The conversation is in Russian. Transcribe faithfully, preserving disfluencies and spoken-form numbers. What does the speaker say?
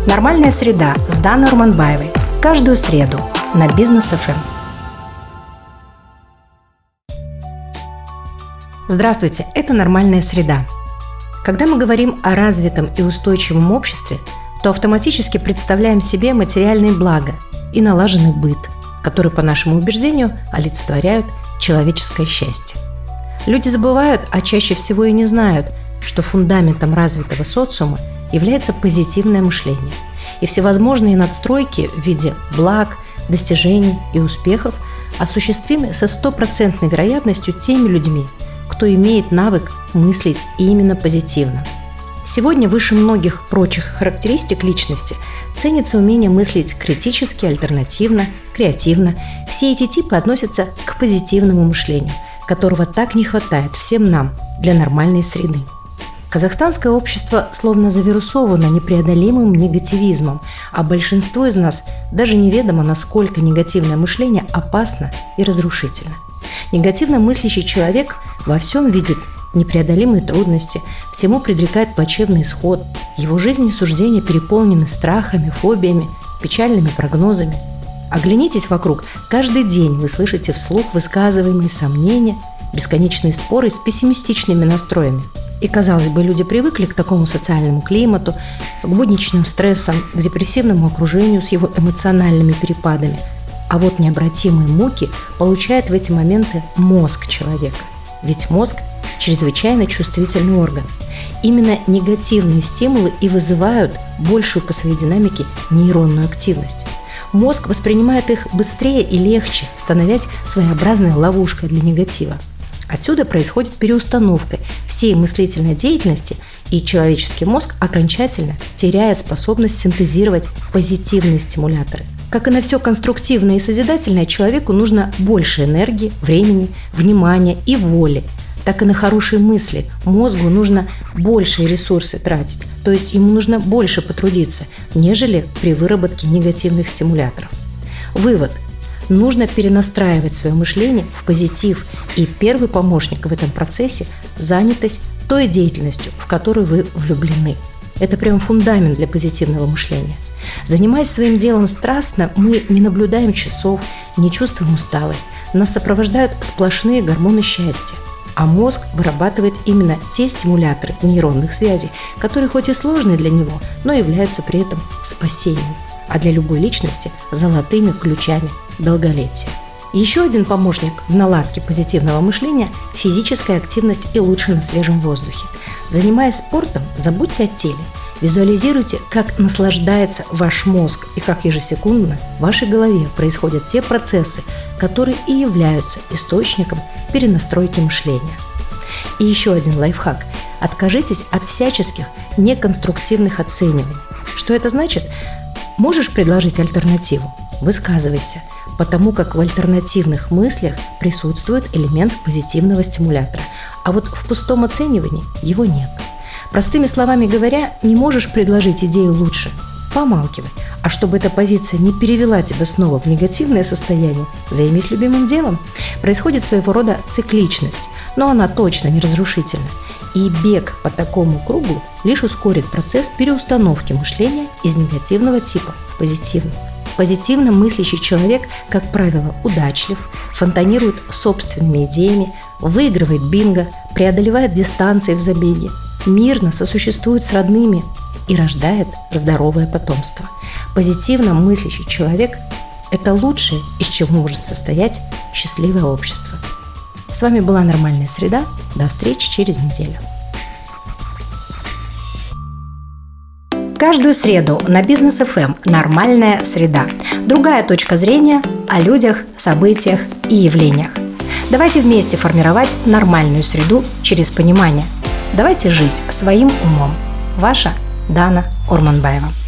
Нормальная среда с Даной Урманбаевой. Каждую среду на Бизнес эф эм. Здравствуйте, это «Нормальная среда». Когда мы говорим о развитом и устойчивом обществе, то автоматически представляем себе материальные блага и налаженный быт, который, по нашему убеждению, олицетворяют человеческое счастье. Люди забывают, а чаще всего и не знают, что фундаментом развитого социума является позитивное мышление, и всевозможные надстройки в виде благ, достижений и успехов осуществимы со стопроцентной вероятностью теми людьми, кто имеет навык мыслить именно позитивно. Сегодня выше многих прочих характеристик личности ценится умение мыслить критически, альтернативно, креативно. Все эти типы относятся к позитивному мышлению, которого так не хватает всем нам для нормальной среды. Казахстанское общество словно завирусовано непреодолимым негативизмом, а большинству из нас даже неведомо, насколько негативное мышление опасно и разрушительно. Негативно мыслящий человек во всем видит непреодолимые трудности, всему предрекает плачевный исход. Его жизнь и суждения переполнены страхами, фобиями, печальными прогнозами. Оглянитесь вокруг. Каждый день вы слышите вслух высказываемые сомнения, бесконечные споры с пессимистичными настроями. И, казалось бы, люди привыкли к такому социальному климату, к будничным стрессам, к депрессивному окружению с его эмоциональными перепадами. А вот необратимые муки получает в эти моменты мозг человека. Ведь мозг – чрезвычайно чувствительный орган. Именно негативные стимулы и вызывают большую по своей динамике нейронную активность. Мозг воспринимает их быстрее и легче, становясь своеобразной ловушкой для негатива. Отсюда происходит переустановка всей мыслительной деятельности, и человеческий мозг окончательно теряет способность синтезировать позитивные стимуляторы. Как и на все конструктивное и созидательное, человеку нужно больше энергии, времени, внимания и воли. Так и на хорошие мысли мозгу нужно большие ресурсы тратить, то есть ему нужно больше потрудиться, нежели при выработке негативных стимуляторов. Вывод. Нужно перенастраивать свое мышление в позитив, и первый помощник в этом процессе – занятость той деятельностью, в которую вы влюблены. Это прям фундамент для позитивного мышления. Занимаясь своим делом страстно, мы не наблюдаем часов, не чувствуем усталость, нас сопровождают сплошные гормоны счастья. А мозг вырабатывает именно те стимуляторы нейронных связей, которые хоть и сложны для него, но являются при этом спасением, а для любой личности – золотыми ключами долголетия. Еще один помощник в наладке позитивного мышления – физическая активность и лучше на свежем воздухе. Занимаясь спортом, забудьте о теле. Визуализируйте, как наслаждается ваш мозг и как ежесекундно в вашей голове происходят те процессы, которые и являются источником перенастройки мышления. И еще один лайфхак – откажитесь от всяческих неконструктивных оцениваний. Что это значит? Можешь предложить альтернативу? Высказывайся, потому как в альтернативных мыслях присутствует элемент позитивного стимулятора, а вот в пустом оценивании его нет. Простыми словами говоря, не можешь предложить идею лучше – помалкивай. А чтобы эта позиция не перевела тебя снова в негативное состояние, займись любимым делом. Происходит своего рода цикличность, но она точно не разрушительна. И бег по такому кругу лишь ускорит процесс переустановки мышления из негативного типа в позитивный. Позитивно мыслящий человек, как правило, удачлив, фонтанирует собственными идеями, выигрывает бинго, преодолевает дистанции в забеге, мирно сосуществует с родными и рождает здоровое потомство. Позитивно мыслящий человек – это лучшее, из чего может состоять счастливое общество. С вами была «Нормальная среда». До встречи через неделю. Каждую среду на Бизнес эф эм «Нормальная среда». Другая точка зрения о людях, событиях и явлениях. Давайте вместе формировать нормальную среду через понимание. Давайте жить своим умом. Ваша Дана Урманбаева.